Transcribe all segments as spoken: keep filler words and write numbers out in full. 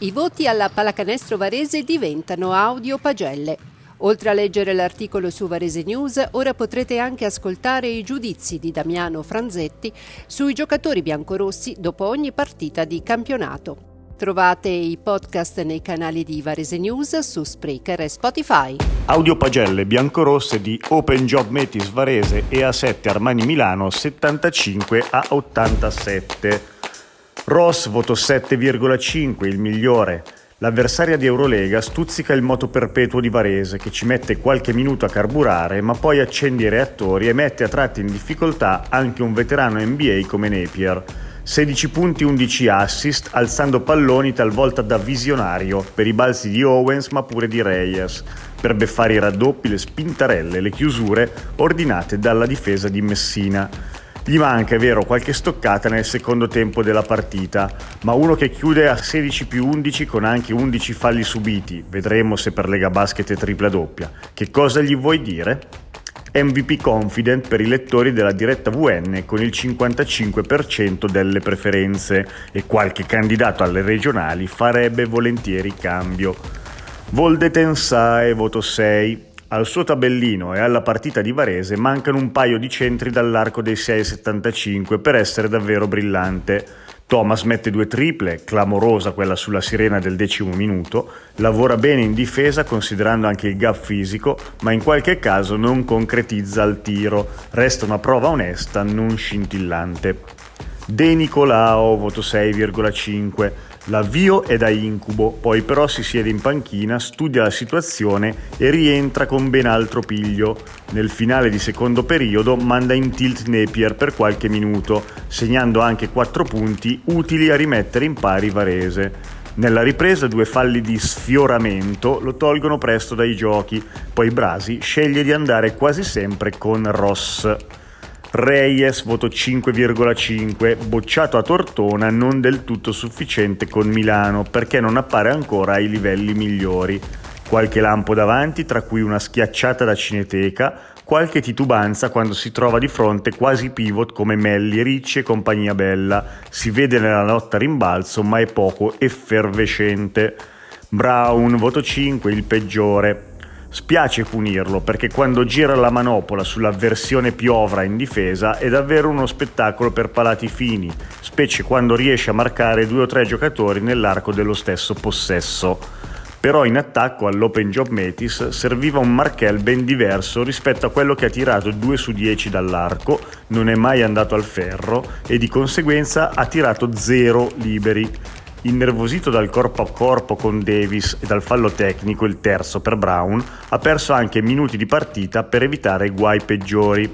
I voti alla pallacanestro Varese diventano audio pagelle. Oltre a leggere l'articolo su Varese News, ora potrete anche ascoltare i giudizi di Damiano Franzetti sui giocatori biancorossi dopo ogni partita di campionato. Trovate i podcast nei canali di Varese News, su Spreaker e Spotify. Audio pagelle biancorosse di Open Job Metis Varese e A sette Armani Milano settantacinque a ottantasette. Ross voto sette virgola cinque, il migliore. L'avversaria di Eurolega stuzzica il moto perpetuo di Varese, che ci mette qualche minuto a carburare, ma poi accende i reattori e mette a tratti in difficoltà anche un veterano N B A come Napier. sedici punti, undici assist, alzando palloni talvolta da visionario, per i balzi di Owens ma pure di Reyes, per beffare i raddoppi, le spintarelle, le chiusure ordinate dalla difesa di Messina. Gli manca, è vero, qualche stoccata nel secondo tempo della partita, ma uno che chiude a sedici più undici con anche undici falli subiti, vedremo se per Lega Basket è tripla doppia. Che cosa gli vuoi dire? M V P confident per i lettori della diretta V N con il cinquantacinque per cento delle preferenze e qualche candidato alle regionali farebbe volentieri cambio. Volde Tensae voto sei. Al suo tabellino e alla partita di Varese mancano un paio di centri dall'arco dei sei virgola settantacinque per essere davvero brillante. Thomas mette due triple, clamorosa quella sulla sirena del decimo minuto, lavora bene in difesa considerando anche il gap fisico, ma in qualche caso non concretizza al tiro, resta una prova onesta, non scintillante. De Nicolao, voto sei virgola cinque. L'avvio è da incubo, poi però si siede in panchina, studia la situazione e rientra con ben altro piglio. Nel finale di secondo periodo manda in tilt Napier per qualche minuto, segnando anche quattro punti utili a rimettere in pari Varese. Nella ripresa due falli di sfioramento lo tolgono presto dai giochi, poi Brasi sceglie di andare quasi sempre con Ross. Reyes, voto cinque virgola cinque, bocciato a Tortona, non del tutto sufficiente con Milano perché non appare ancora ai livelli migliori. Qualche lampo davanti, tra cui una schiacciata da Cineteca, qualche titubanza quando si trova di fronte quasi pivot come Melli, Ricci e compagnia bella. Si vede nella lotta a rimbalzo, ma è poco effervescente. Brown, voto cinque, il peggiore. Spiace punirlo perché quando gira la manopola sulla versione piovra in difesa è davvero uno spettacolo per palati fini, specie quando riesce a marcare due o tre giocatori nell'arco dello stesso possesso. Però in attacco all'Open Job Metis serviva un Markel ben diverso rispetto a quello che ha tirato due su dieci dall'arco, non è mai andato al ferro e di conseguenza ha tirato zero liberi. Innervosito dal corpo a corpo con Davis e dal fallo tecnico, il terzo per Brown, ha perso anche minuti di partita per evitare guai peggiori.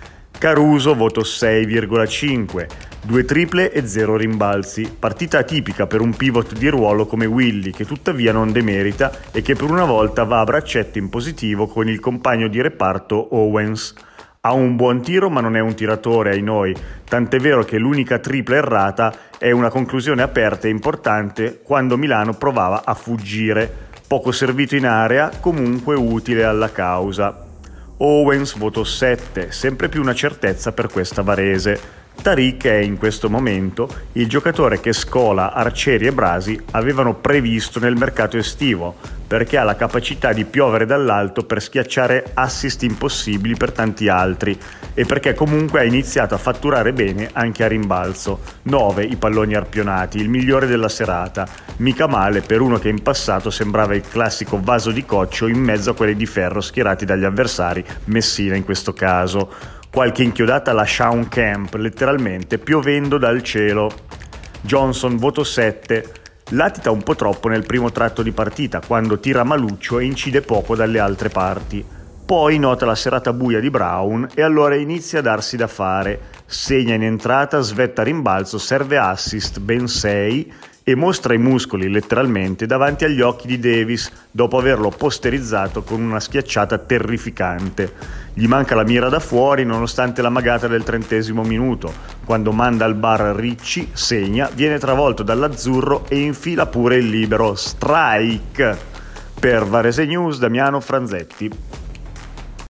Caruso, voto sei virgola cinque, due triple e zero rimbalzi, partita atipica per un pivot di ruolo come Willy, che tuttavia non demerita e che per una volta va a braccetto in positivo con il compagno di reparto Owens. Ha un buon tiro ma non è un tiratore, ai noi, tant'è vero che l'unica tripla errata è una conclusione aperta e importante quando Milano provava a fuggire. Poco servito in area, comunque utile alla causa. Owens, voto sette, sempre più una certezza per questa Varese. Tariq è in questo momento il giocatore che Scola, Arcieri e Brasi avevano previsto nel mercato estivo, perché ha la capacità di piovere dall'alto per schiacciare assist impossibili per tanti altri e perché comunque ha iniziato a fatturare bene anche a rimbalzo. nove i palloni arpionati, il migliore della serata, mica male per uno che in passato sembrava il classico vaso di coccio in mezzo a quelli di ferro schierati dagli avversari, Messina in questo caso. Qualche inchiodata alla Shawn Camp, letteralmente piovendo dal cielo. Johnson, voto sette, latita un po' troppo nel primo tratto di partita, quando tira maluccio e incide poco dalle altre parti. Poi nota la serata buia di Brown e allora inizia a darsi da fare. Segna in entrata, svetta rimbalzo, serve assist, ben sei, e mostra i muscoli letteralmente davanti agli occhi di Davis dopo averlo posterizzato con una schiacciata terrificante. Gli manca la mira da fuori nonostante la magata del trentesimo minuto. Quando manda al bar Ricci, segna, viene travolto dall'azzurro e infila pure il libero. Strike! Per Varese News, Damiano Franzetti.